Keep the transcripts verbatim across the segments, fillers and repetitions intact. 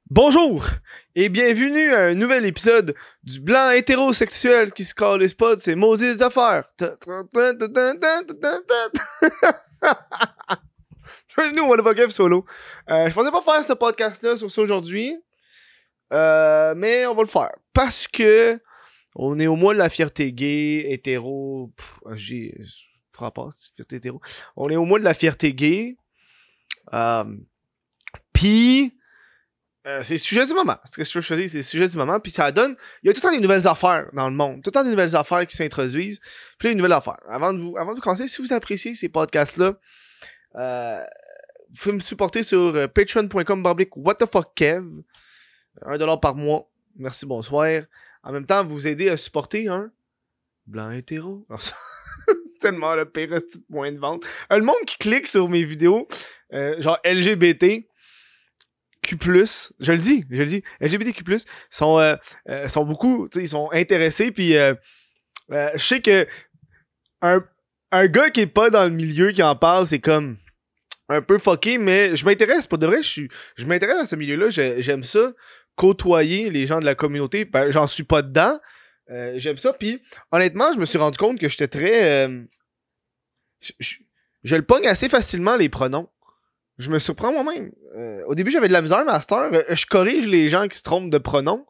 Bonjour et bienvenue à un nouvel épisode du blanc hétérosexuel qui se calisse pas de ses maudites affaires. Nous, on va le Kev solo. Euh, je pensais pas faire ce podcast-là sur ça aujourd'hui, euh, mais on va le faire parce que on est au mois de la fierté gay, hétéro. Pff, j'ai fera pas fierté hétéro. On est au mois de la fierté gay. Euh, Puis Euh, c'est le sujet du moment. C'est ce que je choisis, c'est le sujet du moment. Puis ça donne. Il y a tout le temps des nouvelles affaires dans le monde. Tout le temps des nouvelles affaires qui s'introduisent. Puis là, une nouvelle affaire. Avant de vous, avant de commencer, si vous appréciez ces podcasts-là, euh, vous pouvez me supporter sur euh, patreon point com slash what the fuck kev. un dollar par mois. Merci, bonsoir. En même temps, vous aider à supporter un blanc hétéro. C'est tellement le pire petit point de vente. Euh, le monde qui clique sur mes vidéos, euh, genre L G B T. Q plus, je le dis, je le dis, L G B T Q plus, sont, euh, euh, sont beaucoup, tu sais, ils sont intéressés, puis euh, euh, je sais que un, un gars qui est pas dans le milieu qui en parle, c'est comme un peu fucké, mais je m'intéresse, pour de vrai, je suis, je m'intéresse à ce milieu-là, j'ai, j'aime ça, côtoyer les gens de la communauté, ben, j'en suis pas dedans, euh, j'aime ça, puis honnêtement, je me suis rendu compte que j'étais très, euh, je, je, je le pogne assez facilement, les pronoms. Je me surprends moi-même. Euh, au début, j'avais de la misère, mais à cette heure, euh, je corrige les gens qui se trompent de pronoms.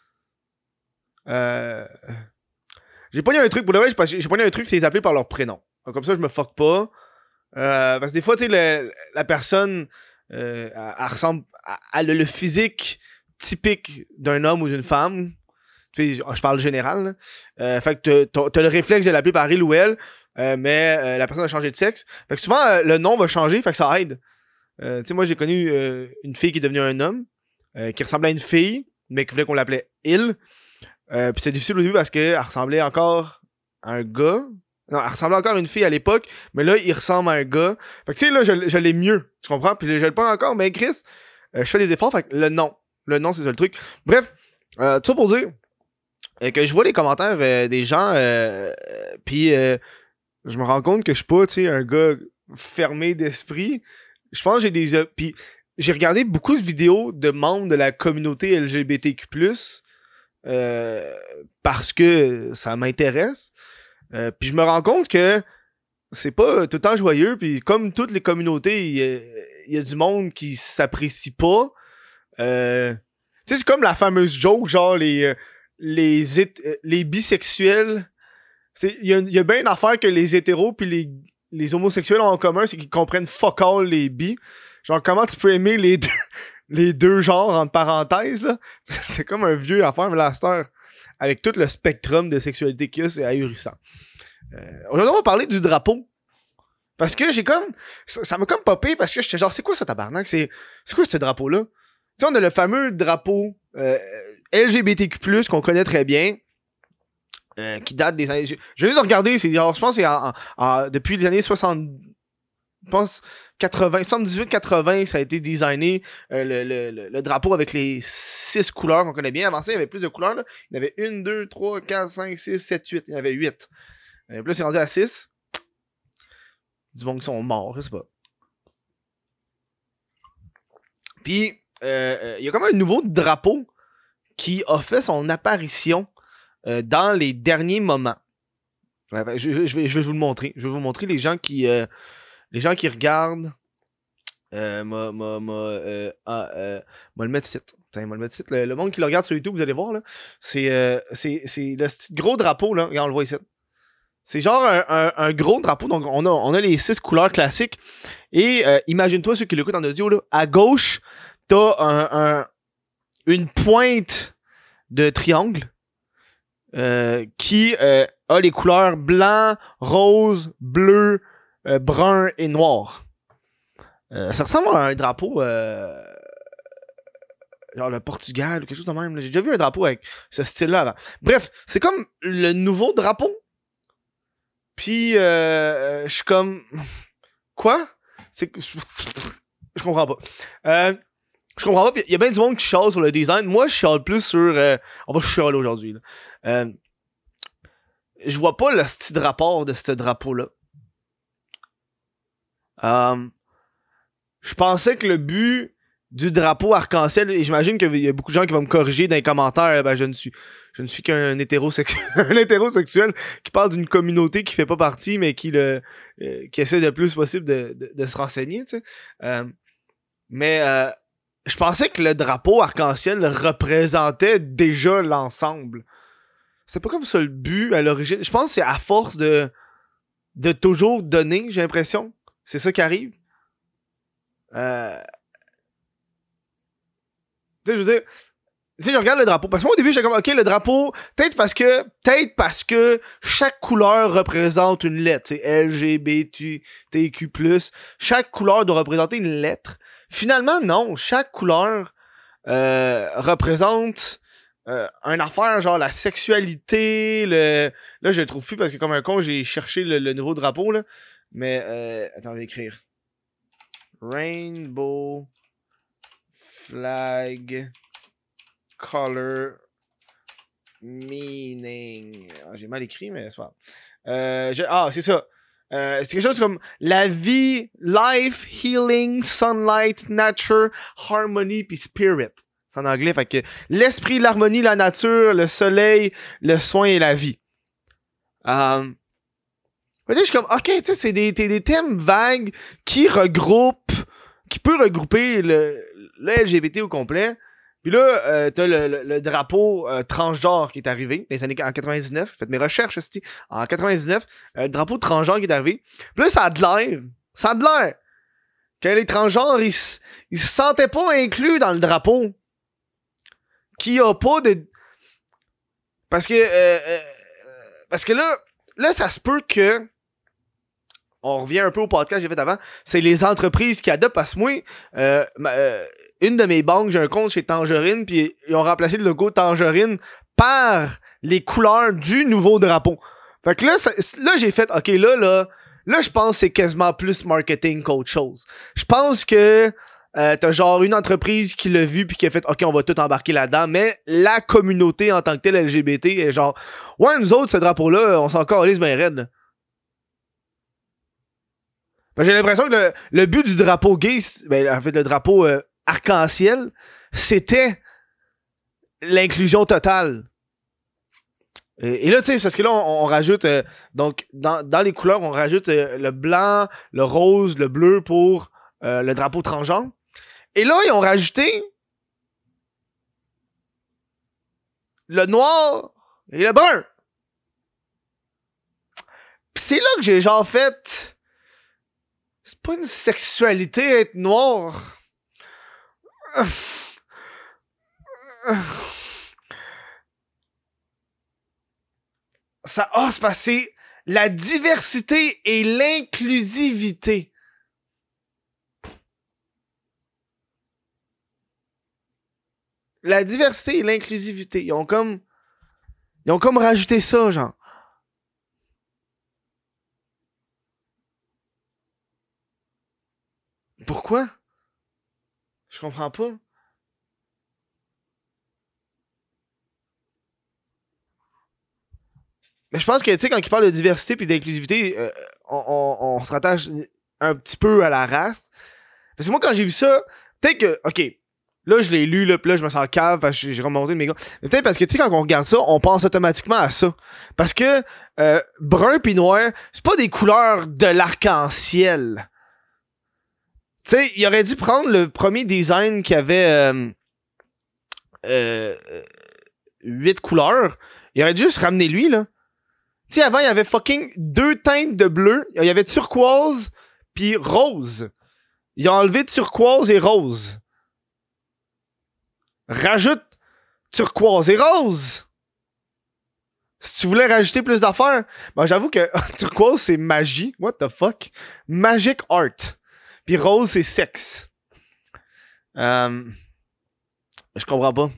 Euh... J'ai pas eu un truc, pour le vrai, j'ai, j'ai pas eu un truc, c'est les appeler par leur prénom. Donc, comme ça, je me fuck pas. Euh, parce que des fois, tu sais, le, la personne, euh, elle, elle ressemble, elle a le physique typique d'un homme ou d'une femme. Tu sais, je parle général, là. Euh, fait que t'as, t'as le réflexe de l'appeler par il ou elle, euh, mais euh, la personne a changé de sexe. Fait que souvent, euh, le nom va changer, fait que ça aide. Euh, tu sais, moi, j'ai connu euh, une fille qui est devenue un homme, euh, qui ressemblait à une fille, mais qui voulait qu'on l'appelait il. Euh, Puis c'est difficile au début parce qu'elle ressemblait encore à un gars. Non, elle ressemblait encore à une fille à l'époque, mais là, il ressemble à un gars. Fait que tu sais, là, je, je l'ai mieux, tu comprends? Puis je le pas encore, mais Chris, euh, je fais des efforts, fait que le nom. Le nom, c'est ça le truc. Bref, euh, tout ça pour dire euh, que je vois les commentaires euh, des gens, euh, euh, puis euh, je me rends compte que je suis pas, tu sais, un gars fermé d'esprit. Je pense que j'ai des... Euh, puis j'ai regardé beaucoup de vidéos de membres de la communauté L G B T Q plus, euh, parce que ça m'intéresse. Euh, puis je me rends compte que c'est pas tout le temps joyeux. Puis comme toutes les communautés, il y, y a du monde qui s'apprécie pas. Euh, tu sais, c'est comme la fameuse joke, genre les, les, les bisexuels. Il y a, y a bien une affaire que les hétéros puis les... les homosexuels ont en commun, c'est qu'ils comprennent fuck all les bi. Genre, comment tu peux aimer les deux, les deux genres, entre parenthèses, là? C'est comme un vieux affaire, mais la star, avec tout le spectrum de sexualité qu'il y a, c'est ahurissant. Euh, aujourd'hui, on va parler du drapeau. Parce que j'ai comme... Ça, ça m'a comme popé, parce que j'étais genre, c'est quoi ça, tabarnak? C'est, c'est quoi ce drapeau-là? Tu sais, on a le fameux drapeau euh, L G B T Q plus, qu'on connaît très bien. Euh, qui date des années... Je, je viens de regarder, c'est, alors, je pense que c'est en, en, en, depuis les années soixante... Je pense quatre-vingts, soixante-dix-huit quatre-vingts, ça a été designé, euh, le, le, le, le drapeau avec les six couleurs qu'on connaît bien. Avant ça, il y avait plus de couleurs. Là. Il y avait une, deux, trois, quatre, cinq, six, sept, huit. Il y en avait huit. Euh, puis là, c'est rendu à six. Du monde qui sont morts, je sais pas. Puis, euh, euh, il y a comme un nouveau drapeau qui a fait son apparition Euh, dans les derniers moments. Ouais, je, je, vais, je vais vous le montrer. Je vais vous montrer les gens qui euh, les gens qui regardent. Euh, m'a, m'a, m'a, euh, ah, euh, m'a le mettre ici. Tiens, m'a le mettre ici. Le, le monde qui le regarde sur YouTube, vous allez voir, là. C'est, euh, c'est, c'est le petit gros drapeau, là. Regarde, on le voit ici. C'est genre un, un, un gros drapeau. Donc, on a, on a les six couleurs classiques. Et euh, imagine-toi, ceux qui l'écoutent en audio, là. À gauche, t'as un, un, une pointe de triangle. Euh, qui euh, a les couleurs blanc, rose, bleu, euh, brun et noir. Euh, ça ressemble à un drapeau euh, genre le Portugal ou quelque chose de même. Là. J'ai déjà vu un drapeau avec ce style-là avant. Bref, c'est comme le nouveau drapeau. Puis euh, je suis comme... Quoi? C'est que... Je comprends pas. Euh, je comprends pas. Il y a bien du monde qui chiale sur le design. Moi, je chiale plus sur... Euh, on va chialer aujourd'hui. Là. Euh, je vois pas le petit rapport de ce drapeau-là. Euh, je pensais que le but du drapeau arc-en-ciel. Et j'imagine qu'il y a beaucoup de gens qui vont me corriger dans les commentaires. Ben, je ne suis, je ne suis qu'un hétérosexuel, un hétérosexuel qui parle d'une communauté qui fait pas partie, mais qui le, euh, qui essaie le plus possible de, de, de se renseigner, tu sais. Euh, mais, euh, je pensais que le drapeau arc-en-ciel représentait déjà l'ensemble. C'est pas comme ça le but à l'origine. Je pense que c'est à force de, de toujours donner, j'ai l'impression. C'est ça qui arrive. Euh... Tu sais, je veux dire, tu sais, je regarde le drapeau. Parce que moi, au début, j'étais comme, OK, le drapeau, peut-être parce que, peut-être parce que chaque couleur représente une lettre. Tu sais, L G B T Q plus. Chaque couleur doit représenter une lettre. Finalement, non. Chaque couleur euh, représente euh, une affaire, genre la sexualité, le... Là, je le trouve plus parce que comme un con, j'ai cherché le, le nouveau drapeau, là. Mais, euh... attends, je vais écrire. Rainbow Flag Color Meaning. Ah, j'ai mal écrit, mais c'est pas grave. Euh, je... Ah, c'est ça. Euh, c'est quelque chose comme la vie, life, healing, sunlight, nature, harmony puis spirit. C'est en anglais, fait que l'esprit, l'harmonie, la nature, le soleil, le soin et la vie. Euh, je suis comme, ok, tu sais, c'est des, des thèmes vagues qui regroupent, qui peut regrouper le, le L G B T au complet. Puis là, euh, t'as le, le, le drapeau euh, transgenre qui est arrivé dans les années en quatre-vingt-dix-neuf. J'ai fait mes recherches, aussi. En quatre-vingt-dix-neuf, euh, le drapeau transgenre qui est arrivé. Puis là, ça a de l'air. Ça a de l'air. Que les transgenres, ils, ils se sentaient pas inclus dans le drapeau. Qu'il y a pas de... Parce que... Euh, euh, parce que là, là, ça se peut que... On revient un peu au podcast que j'ai fait avant. C'est les entreprises qui adoptent. Parce que moi, euh, ma, euh, une de mes banques, j'ai un compte chez Tangerine, puis ils ont remplacé le logo Tangerine par les couleurs du nouveau drapeau. Fait que là, ça, là j'ai fait, ok, là, là, là, je pense que c'est quasiment plus marketing qu'autre chose. Je pense que euh, t'as genre une entreprise qui l'a vu puis qui a fait, ok, on va tout embarquer là-dedans, mais la communauté en tant que telle L G B T est genre, ouais, nous autres, ce drapeau-là, on s'en calisse bien raide, là. Ben, j'ai l'impression que le, le but du drapeau gay, ben, en fait, le drapeau euh, arc-en-ciel, c'était l'inclusion totale. Et, et là, tu sais, c'est parce que là, on, on rajoute, euh, donc, dans, dans les couleurs, on rajoute euh, le blanc, le rose, le bleu pour euh, le drapeau transgenre. Et là, ils ont rajouté le noir et le brun. Pis c'est là que j'ai genre fait... C'est pas une sexualité être noir. Ça, oh, c'est parce que c'est la diversité et l'inclusivité. La diversité et l'inclusivité. Ils ont comme... Ils ont comme rajouté ça, genre. Pourquoi? Je comprends pas. Mais je pense que, tu sais, quand ils parlent de diversité puis d'inclusivité, euh, on, on, on se rattache un petit peu à la race. Parce que moi, quand j'ai vu ça, peut-être que, ok, là, je l'ai lu, là, pis là, je me sens cave parce que j'ai remonté de mes gars. Mais peut-être parce que, tu sais, quand on regarde ça, on pense automatiquement à ça. Parce que, euh, brun pis noir, c'est pas des couleurs de l'arc-en-ciel. Tu sais, il aurait dû prendre le premier design qui avait euh, euh, huit couleurs. Il aurait dû juste ramener lui, là. Tu sais, avant, il y avait fucking deux teintes de bleu. Il y avait turquoise puis rose. Il a enlevé turquoise et rose. Rajoute turquoise et rose. Si tu voulais rajouter plus d'affaires, ben j'avoue que turquoise, c'est magie. What the fuck? Magic art. Puis rose, c'est sexe. Euh, je comprends pas.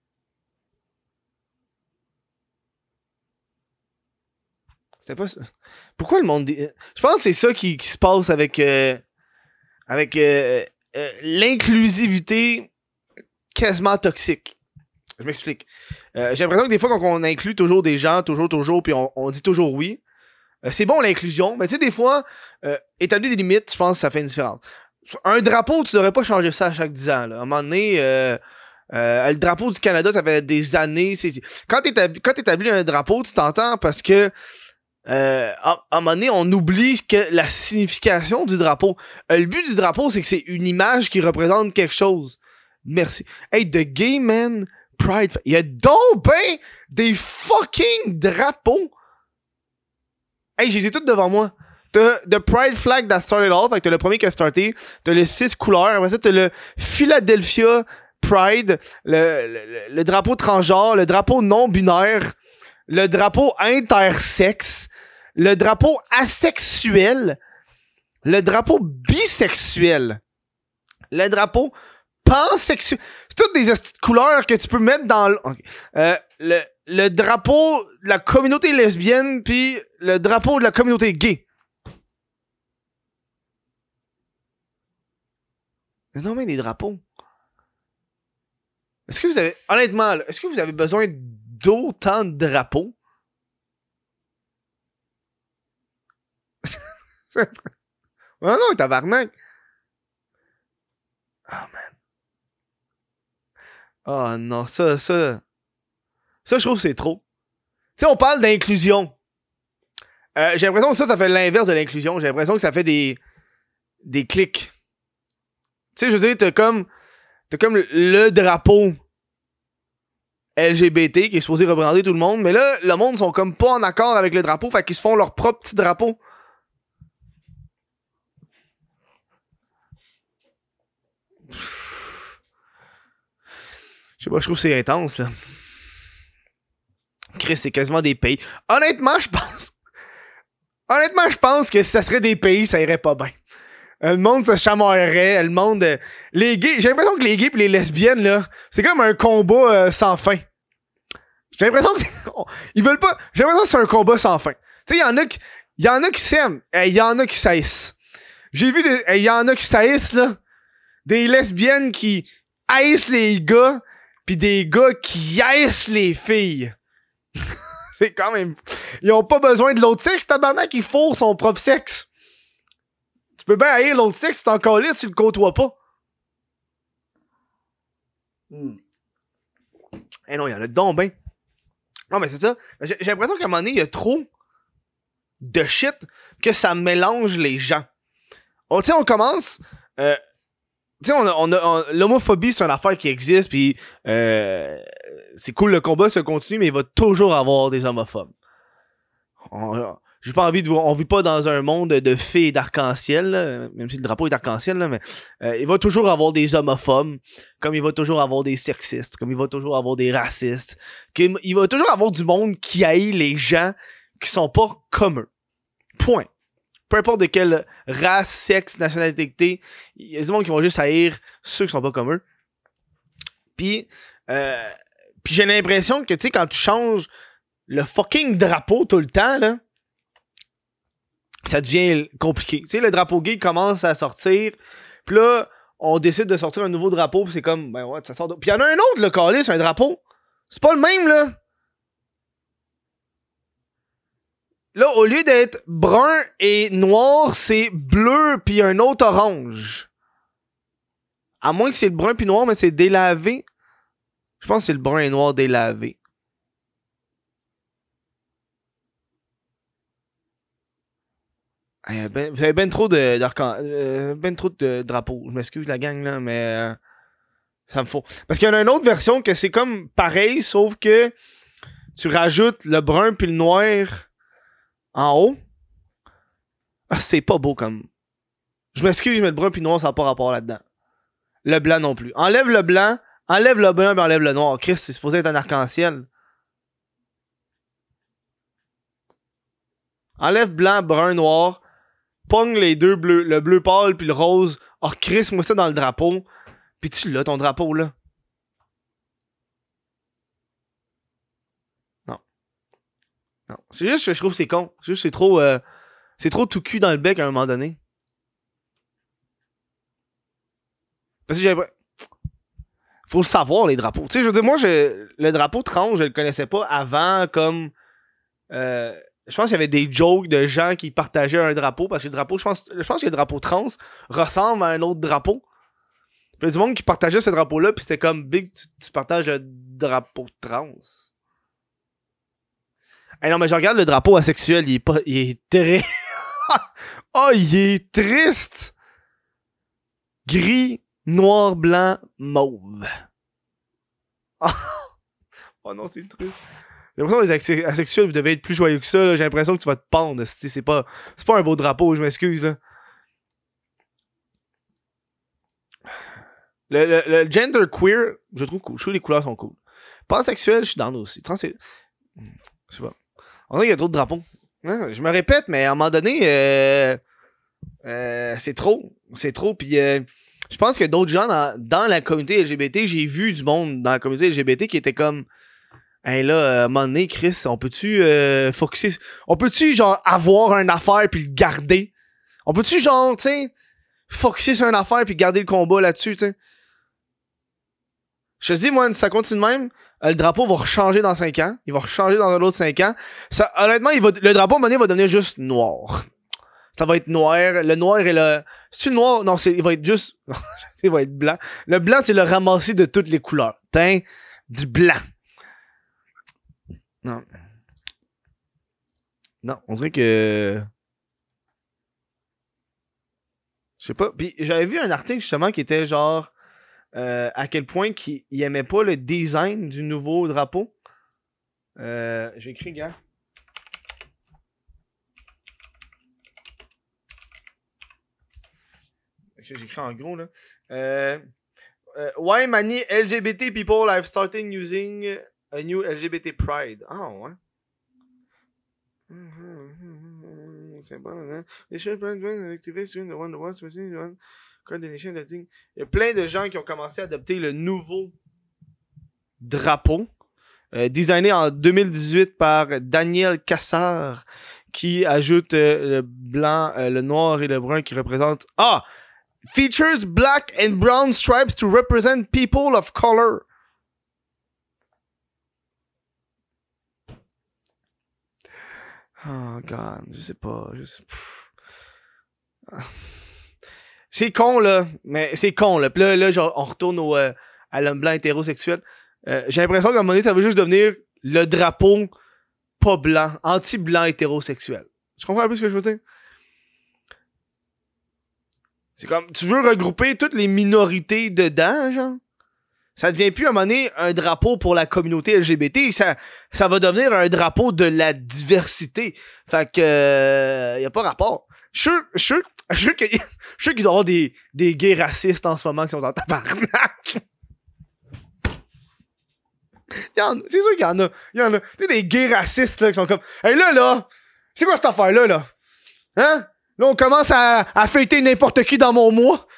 C'était pas ça. Pourquoi le monde... Dé... Je pense que c'est ça qui, qui se passe avec... Euh, avec euh, euh, l'inclusivité quasiment toxique. Je m'explique. Euh, j'ai l'impression que des fois, quand on inclut toujours des gens, toujours, toujours, puis on, on dit toujours oui, euh, c'est bon l'inclusion, mais tu sais, des fois, euh, établir des limites, je pense que ça fait une différence. Un drapeau, tu devrais pas changer ça à chaque dix ans. Là. À un moment donné, euh, euh, le drapeau du Canada, ça fait des années. C'est, c'est... Quand tu établis un drapeau, tu t'entends parce que euh, à, à un moment donné, on oublie que la signification du drapeau. Euh, le but du drapeau, c'est que c'est une image qui représente quelque chose. Merci. Hey, The Gay Man Pride. Il y a donc ben des fucking drapeaux. Hey, je les ai tous devant moi. T'as The Pride Flag that started all, fait que t'as le premier qui a starté. T'as les six couleurs. Après ça, t'as le Philadelphia Pride, le, le, le drapeau transgenre, le drapeau non-binaire, le drapeau intersexe, le drapeau asexuel, le drapeau bisexuel, le drapeau pansexuel. C'est toutes des petites couleurs que tu peux mettre dans le... Okay. Euh, le, le drapeau de la communauté lesbienne puis le drapeau de la communauté gay. Non, mais des drapeaux. Est-ce que vous avez... Honnêtement, là, est-ce que vous avez besoin d'autant de drapeaux? Oh non, tabarnak! Oh, man. Oh non, ça, ça... Ça, je trouve que c'est trop. Tu sais, on parle d'inclusion. Euh, j'ai l'impression que ça, ça fait l'inverse de l'inclusion. J'ai l'impression que ça fait des... des clics. Tu sais, je veux dire, t'as comme... T'as comme le drapeau L G B T qui est supposé représenter tout le monde, mais là, le monde sont comme pas en accord avec le drapeau, fait qu'ils se font leur propre petit drapeau. Je sais pas, je trouve que c'est intense, là. Chris, c'est quasiment des pays. Honnêtement, je pense... Honnêtement, je pense que si ça serait des pays, ça irait pas bien. Le monde se chamaillerait, le monde... Euh, les gays... J'ai l'impression que les gays et les lesbiennes, là, c'est comme un combat euh, sans fin. J'ai l'impression que... C'est... Ils veulent pas... J'ai l'impression que c'est un combat sans fin. Tu sais, il y en a qui... Il y en a qui s'aiment. Il y en a qui saissent. J'ai vu des... Il y en a qui saissent, là. Des lesbiennes qui haïssent les gars, pis des gars qui haïssent les filles. C'est quand même... Ils ont pas besoin de l'autre sexe, tabarnak, ils fourrent son propre sexe. Tu peux bien haïr l'autre sexe, tu t'en calisses, si tu le côtoies pas. Mm. Eh non, il y en a donc ben. Non, mais c'est ça. J'ai, j'ai l'impression qu'à un moment donné, il y a trop de shit que ça mélange les gens. Tu sais, on commence... Euh, tu sais, on a, on a, on, l'homophobie, c'est une affaire qui existe, puis euh, c'est cool, le combat se continue, mais il va toujours avoir des homophobes. On, j'ai pas envie de voir, on vit pas dans un monde de fées et d'arc-en-ciel, là, même si le drapeau est d'arc-en-ciel, là, mais euh, il va toujours avoir des homophobes, comme il va toujours avoir des sexistes, comme il va toujours avoir des racistes, qu'il, il va toujours avoir du monde qui haït les gens qui sont pas comme eux. Point. Peu importe de quelle race, sexe, nationalité que t'es, il y a des gens qui vont juste haïr ceux qui sont pas comme eux. Puis, euh, puis j'ai l'impression que, tu sais, quand tu changes le fucking drapeau tout le temps, là, ça devient compliqué. Tu sais, le drapeau gay commence à sortir, puis là, on décide de sortir un nouveau drapeau, puis c'est comme, ben ouais, ça sort de... Puis il y en a un autre, le calé, c'est un drapeau. C'est pas le même, là. Là, au lieu d'être brun et noir, c'est bleu puis un autre orange. À moins que c'est le brun puis noir, mais c'est délavé. Je pense que c'est le brun et noir délavé. Eh ben, vous avez ben trop de, euh, ben trop de drapeaux. Je m'excuse la gang là, mais euh, ça me faut. Parce qu'il y en a une autre version que c'est comme pareil, sauf que tu rajoutes le brun puis le noir en haut. Ah, c'est pas beau comme... Je m'excuse, mais le brun puis le noir, ça n'a pas rapport là-dedans. Le blanc non plus. Enlève le blanc, enlève le blanc, mais enlève le noir. Chris, c'est supposé être un arc-en-ciel. Enlève blanc, brun, noir. Pogne les deux bleus, le bleu pâle puis le rose. Oh, Chris, moi ça dans le drapeau. Puis tu l'as, ton drapeau, là. Non. Non. C'est juste que je trouve que c'est con. C'est juste que c'est trop... Euh, c'est trop tout cul dans le bec à un moment donné. Parce que j'avais... Faut le savoir, les drapeaux. Tu sais, je veux dire, moi, je... le drapeau trans, je le connaissais pas avant comme... Euh... je pense qu'il y avait des jokes de gens qui partageaient un drapeau, parce que le drapeau, je pense, je pense que le drapeau trans ressemble à un autre drapeau. Puis il y a du monde qui partageait ce drapeau-là, puis c'était comme Big, tu, tu partages le drapeau trans. Hey non, mais je regarde le drapeau asexuel, il est pas. Il est très. Oh, il est triste! Gris, noir, blanc, mauve. Oh non, c'est triste. J'ai l'impression que les asexuels, vous devez être plus joyeux que ça. Là. J'ai l'impression que tu vas te pendre. C'est pas, c'est pas un beau drapeau, je m'excuse. Là. Le, le, le gender queer, je trouve cool. Je trouve que les couleurs sont cool. Pansexuel, je suis dans aussi. Trans, c'est... Je sais pas. On dirait qu'il y a trop de drapeaux. Non, je me répète, mais à un moment donné, euh, euh, c'est trop. C'est trop. Puis euh, je pense que d'autres gens dans, dans la communauté L G B T, j'ai vu du monde dans la communauté L G B T qui était comme, hey là, à un moment donné, Chris, on peut-tu euh, focuser, on peut-tu genre avoir une affaire puis le garder? On peut-tu genre, tu sais, focuser sur une affaire puis garder le combat là-dessus, tu sais? Je te dis, moi, si ça continue de même, euh, le drapeau va rechanger dans cinq ans. Il va rechanger dans un autre cinq ans. Ça, honnêtement, il va, le drapeau, à un moment donné, va devenir juste noir. Ça va être noir. Le noir est le... C'est-tu le noir? Non, c'est, il va être juste... il va être blanc. Le blanc, c'est le ramassis de toutes les couleurs. Tiens, du blanc. Non. Non, on dirait que... Je sais pas. Puis j'avais vu un article, justement, qui était genre... Euh, à quel point qu'il il aimait pas le design du nouveau drapeau. Euh, j'ai écrit, gars. J'ai écrit en gros, là. Euh, euh, why many L G B T people have started using a new L G B T pride? Ah, ouais. C'est bon, hein? Les choses plein de activistes, une de one to one, one. Il y a plein de gens qui ont commencé à adopter le nouveau drapeau, euh, designé en deux mille dix-huit par Daniel Cassar, qui ajoute euh, le blanc, euh, le noir et le brun qui représentent... Ah! Features black and brown stripes to represent people of color. Oh, God, je sais pas, je sais... Ah. C'est con, là. Mais c'est con, là. Puis là, là genre, on retourne au, euh, à l'homme blanc hétérosexuel. Euh, j'ai l'impression qu'à un moment donné, ça veut juste devenir le drapeau pas blanc, anti-blanc hétérosexuel. Tu comprends un peu ce que je veux dire? C'est comme, tu veux regrouper toutes les minorités dedans, genre? Ça devient plus, à un moment donné, un drapeau pour la communauté L G B T. Ça, ça va devenir un drapeau de la diversité. Fait que, euh, y a pas rapport. Je suis sûr, je suis sûr, je suis sûr que, je suis sûr qu'il doit y avoir des, des gays racistes en ce moment qui sont en tabarnak. Il y en, c'est sûr qu'il y en a. Il y en a. Tu sais, des gays racistes, là, qui sont comme, hey, là, là, c'est quoi cette affaire-là, là? Hein? Là, on commence à, à fêter n'importe qui dans mon mois.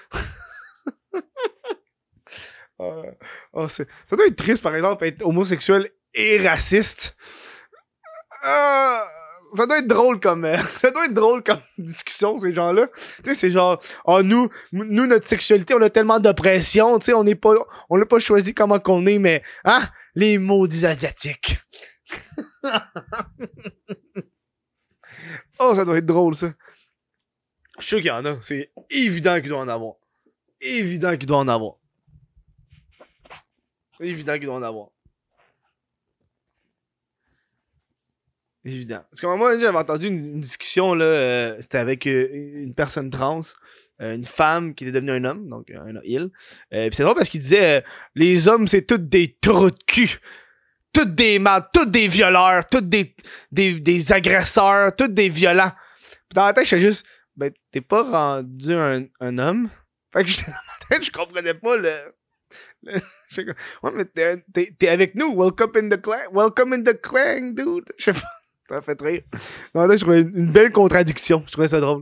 euh, oh, c'est, ça doit être triste, par exemple, être homosexuel et raciste. Euh, ça doit être drôle comme euh, ça doit être drôle comme discussion, ces gens-là. Tu sais, c'est genre, oh, nous, nous, notre sexualité, on a tellement d'oppression, tu sais, on n'est pas, on l'a pas choisi comment qu'on est, mais, hein, les maudits asiatiques. Oh, ça doit être drôle, ça. Je suis sûr qu'il y en a. C'est évident qu'il doit en avoir. Évident qu'il doit en avoir. Évident qu'il doit en avoir. Évident. Parce que moi, j'avais entendu une, une discussion, là, euh, c'était avec euh, une personne trans, euh, une femme qui était devenue un homme, donc un il. Euh, Pis c'est drôle parce qu'il disait, euh, les hommes, c'est tous des trous de cul. Tous des malades, tous des violeurs, tous des, des, des agresseurs, tous des violents. Pis dans la tête, j'étais juste, ben, t'es pas rendu un, un homme. Fait que j'étais dans ma tête, je comprenais pas le... le j'étais comme, ouais, mais t'es, t'es, t'es avec nous, welcome in the clan, welcome in the clan, dude. Je sais pas. Ça m'a fait rire. Non, là, je trouvais une belle contradiction. Je trouvais ça drôle.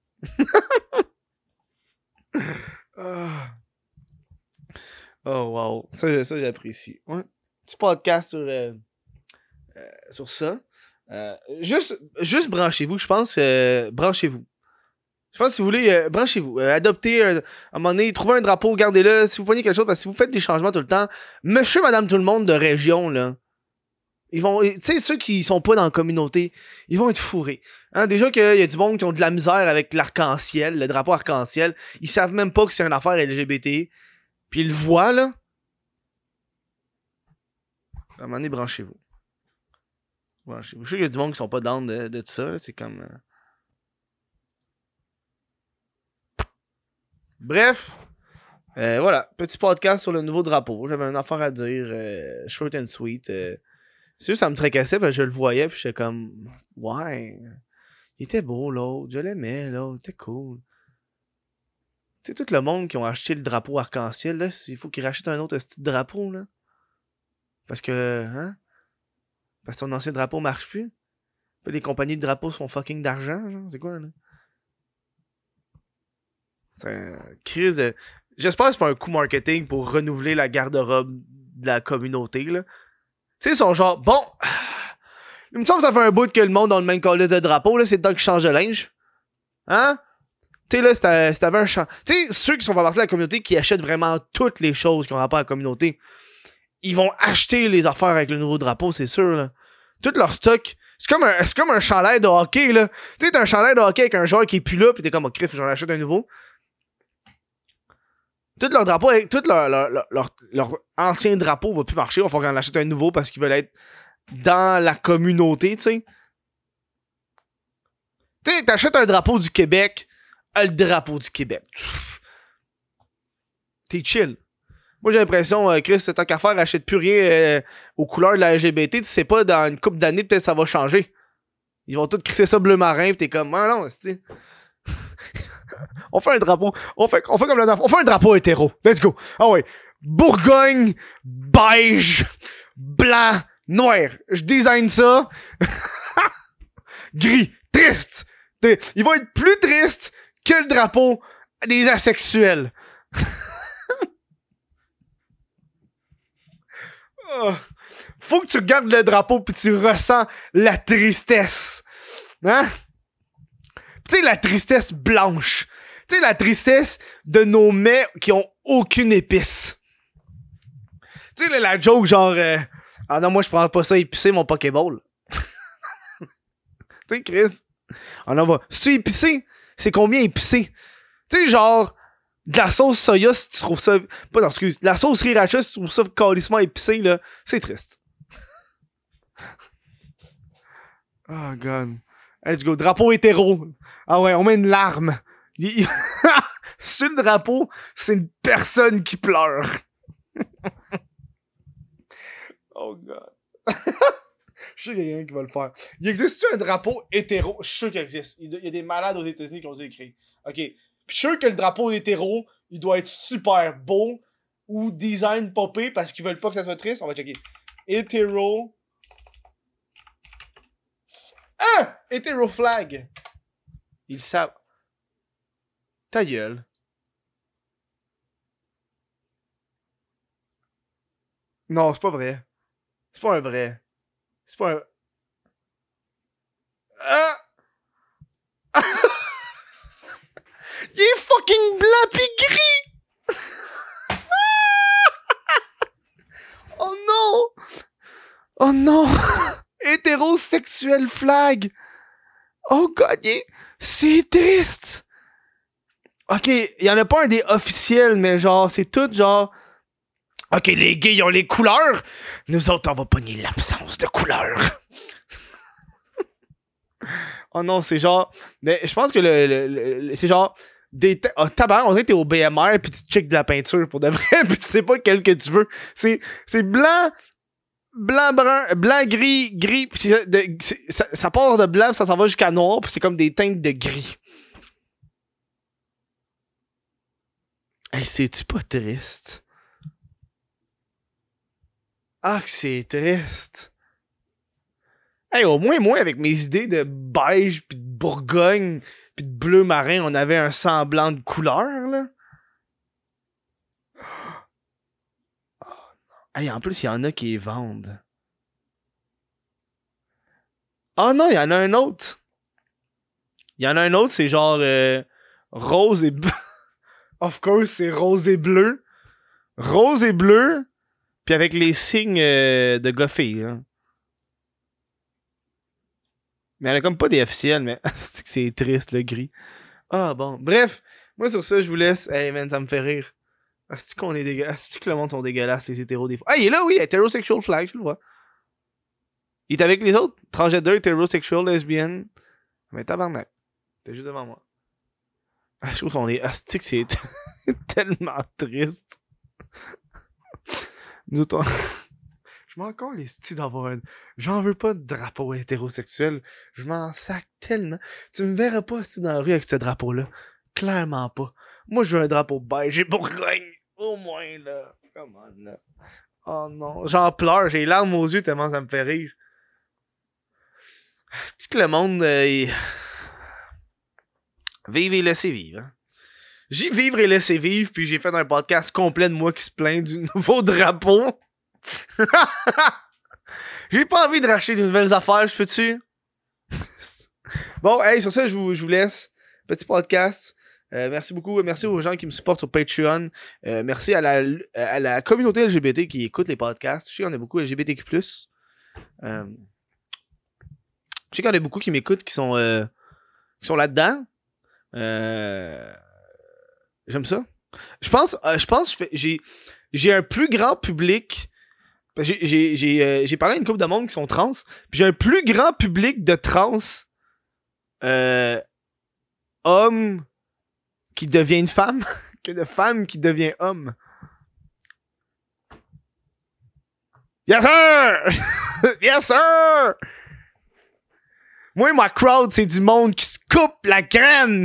oh. oh, wow. Ça, ça j'apprécie. Ouais. Petit podcast sur, euh, euh, sur ça. Euh, juste, juste branchez-vous, je pense. Euh, branchez-vous. Je pense que si vous voulez, euh, branchez-vous. Euh, adoptez, euh, à un moment donné, trouvez un drapeau, gardez-le. Si vous prenez quelque chose, parce que si vous faites des changements tout le temps, monsieur, madame, tout le monde de région, là, Ils vont, tu sais, ceux qui sont pas dans la communauté, ils vont être fourrés. Hein, déjà qu'il y a du monde qui ont de la misère avec l'arc-en-ciel, le drapeau arc-en-ciel. Ils savent même pas que c'est une affaire L G B T. Puis ils le voient, là. À un moment donné, branchez-vous. Branchez-vous. Je sais qu'il y a du monde qui sont pas down de, de tout ça, là. C'est comme... Euh... Bref. Euh, voilà. Petit podcast sur le nouveau drapeau. J'avais une affaire à dire. Euh, short and sweet. Euh... C'est juste, ça me tracassait parce que je le voyais, puis j'étais comme, ouais, il était beau l'autre, je l'aimais l'autre, il était cool. Tu sais, tout le monde qui ont acheté le drapeau arc-en-ciel, là, il faut qu'ils rachètent un autre petit drapeau, là. Parce que, hein, parce que son ancien drapeau marche plus. Puis les compagnies de drapeaux sont fucking d'argent, genre, c'est quoi, là? C'est un crise de... J'espère que c'est pas un coup marketing pour renouveler la garde-robe de la communauté, là. Tu sais, ils sont genre, bon, il me semble que ça fait un bout que le monde dans le même calice de drapeau, là, c'est le temps qu'ils changent de linge. Hein? Tu sais, là, si t'avais un champ. Tu sais, ceux qui sont pas partie de la communauté, qui achètent vraiment toutes les choses qui ont rapport à la communauté, ils vont acheter les affaires avec le nouveau drapeau, c'est sûr, là. Tout leur stock, c'est comme un, c'est comme un chandail de hockey, là. Tu sais, t'as un chandail de hockey avec un joueur qui est plus là, pis t'es comme, oh, crif, j'en achète un nouveau. Tout leur drapeau, tout leur, leur, leur, leur, leur ancien drapeau va plus marcher. Il va falloir qu'on en achète un nouveau parce qu'ils veulent être dans la communauté, tu sais. Tu sais, t'achètes un drapeau du Québec, le drapeau du Québec. T'es chill. Moi, j'ai l'impression, euh, Chris, tant qu'à faire, achète plus rien euh, aux couleurs de la L G B T. Tu sais pas, dans une couple d'années, peut-être ça va changer. Ils vont tous crisser ça bleu marin, pis t'es comme, ah non, c'est on fait un drapeau. On fait, on fait comme le drapeau. On fait un drapeau hétéro. Let's go. Ah ouais. Bourgogne, beige, blanc, noir. Je design ça. Gris. Triste. Il va être plus triste que le drapeau des asexuels. Oh. Faut que tu regardes le drapeau pis tu ressens la tristesse. Hein? Tu sais, la tristesse blanche. Tu sais, la tristesse de nos mets qui ont aucune épice. Tu sais, la joke genre... Euh, ah non, moi, je prends pas ça épicé, mon Pokéball. Tu sais, Chris. Ah non, va. C'est-tu épicé? C'est combien épicé? Tu sais, genre... De la sauce soya, si tu trouves ça... Pas, non, excuse. De la sauce sriracha, si tu trouves ça calissement épicé, là, c'est triste. Oh, God. Let's go. Drapeau hétéro. Ah ouais, on met une larme. Il... Sur le drapeau, c'est une personne qui pleure. Oh, God. Je sais qu'il y a quelqu'un qui va le faire. Il existe-tu un drapeau hétéro? Je suis sûr qu'il existe. Il y a des malades aux États-Unis qui ont dû écrire. OK. Puis je suis sûr que le drapeau hétéro, il doit être super beau ou design popé parce qu'ils veulent pas que ça soit triste. On va checker. Hétéro. Ah! Hétéro flag. Ils savent. Ta gueule. Non, c'est pas vrai. C'est pas un vrai. C'est pas un... Ah! Il est fucking blanc pis gris! Oh non! Oh non! Hétérosexuel flag! Oh god, il... c'est triste! Ok, il y en a pas un des officiels, mais genre, c'est tout genre... Ok, les gays, ils ont les couleurs! Nous autres, on va pogner l'absence de couleurs! Oh non, c'est genre... Mais je pense que le... le, le c'est genre... Des ta- oh, tabarnak, on dirait que t'es au B M R pis tu checkes de la peinture pour de vrai pis tu sais pas quel que tu veux. C'est, c'est blanc, blanc, brun, blanc, gris, gris pis c'est, de, c'est, ça, ça part de blanc, ça s'en va jusqu'à noir pis c'est comme des teintes de gris. Hey, c'est-tu pas triste? Ah, que c'est triste. Hey, au moins, moi, avec mes idées de beige pis de Bourgogne pis de bleu marin, on avait un semblant de couleur, là. Oh, non. Hey, en plus, il y en a qui les vendent. Ah oh, non, il y en a un autre. Il y en a un autre, c'est genre euh, rose et bleu. Of course, c'est rose et bleu. Rose et bleu, puis avec les signes euh, de gars-filles, hein. Mais elle a comme pas des officiels, mais c'est que c'est triste, le gris. Ah bon. Bref, moi sur ça, je vous laisse. Hey man, ça me fait rire. Est-ce qu'on est dégueulasse? Est-ce que le monde sont dégueulasses, les hétéros des fois? Ah, il est là, oui, hétérosexual flag, je le vois. Il est avec les autres. Transgender, hétérosexual, lesbienne. Mais tabarnak. T'es juste devant moi. Ah, je trouve qu'on est. Asti que c'est tellement triste. Nous autres, on... Je m'en encore les styles d'avoir un... J'en veux pas de drapeau hétérosexuel. Je m'en sac tellement. Tu me verras pas asti dans la rue avec ce drapeau-là. Clairement pas. Moi, je veux un drapeau beige et Bourgogne. Au moins, là. Come on, là. Oh non. J'en pleure. J'ai les larmes aux yeux tellement ça me fait rire. C'est que le monde... Euh, il... Vive et laissez vivre. Hein? J'ai vivre et laisser vivre, puis j'ai fait un podcast complet de moi qui se plaint du nouveau drapeau. J'ai pas envie de racheter de nouvelles affaires, je peux-tu? Bon, hey, sur ça, je vous, je vous laisse. Petit podcast. Euh, merci beaucoup. Merci aux gens qui me supportent sur Patreon. Euh, merci à la, à la communauté L G B T qui écoute les podcasts. Je sais qu'on a beaucoup L G B T Q plus. Euh, je sais qu'il y en a beaucoup qui m'écoutent qui sont, euh, qui sont là-dedans. Euh, j'aime ça. Je pense, euh, je pense, je fais, j'ai, j'ai un plus grand public. J'ai, j'ai, j'ai, euh, j'ai parlé à une couple de monde qui sont trans. Puis j'ai un plus grand public de trans euh, hommes qui devient une femme que de femmes qui devient homme. Yes sir! Yes sir! Moi, ma crowd, c'est du monde qui se coupe la graine!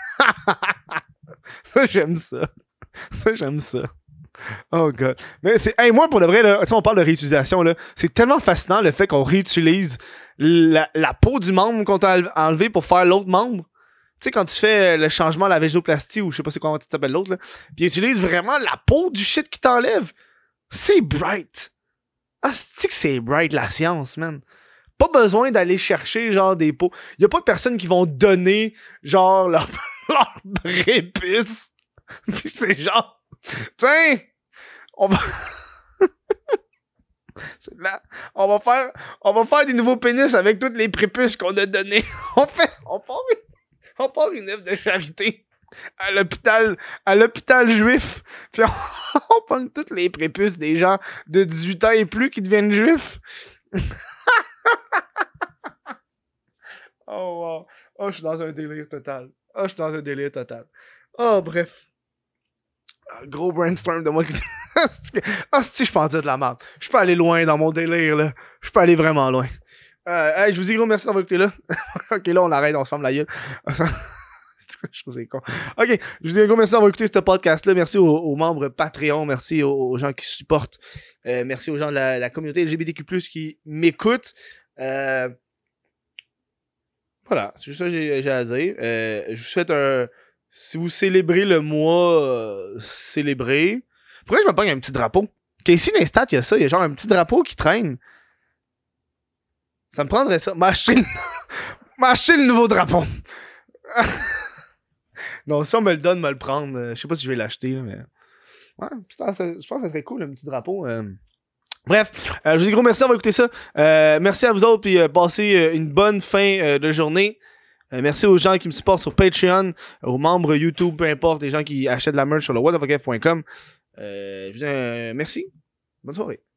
Ça, j'aime ça. Ça, j'aime ça. Oh god. Mais c'est. Hey, moi, pour de vrai, là, tu sais, on parle de réutilisation, là. C'est tellement fascinant le fait qu'on réutilise la, la peau du membre qu'on t'a enlevé pour faire l'autre membre. Tu sais, quand tu fais le changement à la végétoplastie, ou je sais pas c'est comment tu t'appelles l'autre, là, puis ils utilisent vraiment la peau du shit qui t'enlève. C'est bright. Ah, c'est que c'est bright, la science, man. Pas besoin d'aller chercher, genre, des peaux. Y a pas de personnes qui vont donner, genre, leur, leur prépuce. Puis c'est genre, tiens, on va... c'est là, on va faire, on va faire des nouveaux pénis avec toutes les prépuces qu'on a données. On fait, on part une, on part une œuvre de charité à l'hôpital, à l'hôpital juif. Puis on, on pogne toutes les prépuces des gens de dix-huit ans et plus qui deviennent juifs. Oh wow. Oh, je suis dans un délire total. Oh, je suis dans un délire total. Oh, bref. Gros brainstorm de moi qui... Ah, si, je peux en dire de la merde. Je peux aller loin dans mon délire, là. Je peux aller vraiment loin. Euh, hey, je vous dis gros merci d'avoir écouté là. Ok, là, on arrête, on se ferme la gueule. Je trouve c'est con. Ok, je vous dis un gros merci d'avoir écouté ce podcast-là. Merci aux, aux membres Patreon. Merci aux, aux gens qui supportent. Euh, merci aux gens de la, la communauté L G B T Q plus, qui m'écoutent. Euh... Voilà, c'est juste ça que j'ai, j'ai à dire. Euh, je vous souhaite un... Si vous célébrez le mois, euh, célébrez. Faudrait que je me pogne un petit drapeau. Qu'ici, dans les stats, il y a ça. Il y a genre un petit drapeau qui traîne. Ça me prendrait ça. M'acheter le, m'acheter le nouveau drapeau. Non, si on me le donne, me le prendre. Euh, je sais pas si je vais l'acheter, là, mais... Ouais, putain, ça, je pense que ça serait cool, un petit drapeau. Euh... Bref, euh, je vous dis gros merci d'avoir écouté ça. Euh, merci à vous autres, puis euh, passez euh, une bonne fin euh, de journée. Euh, merci aux gens qui me supportent sur Patreon, aux membres YouTube, peu importe, les gens qui achètent de la merch sur le what the fuck f point com. Euh, je vous dis euh, merci. Bonne soirée.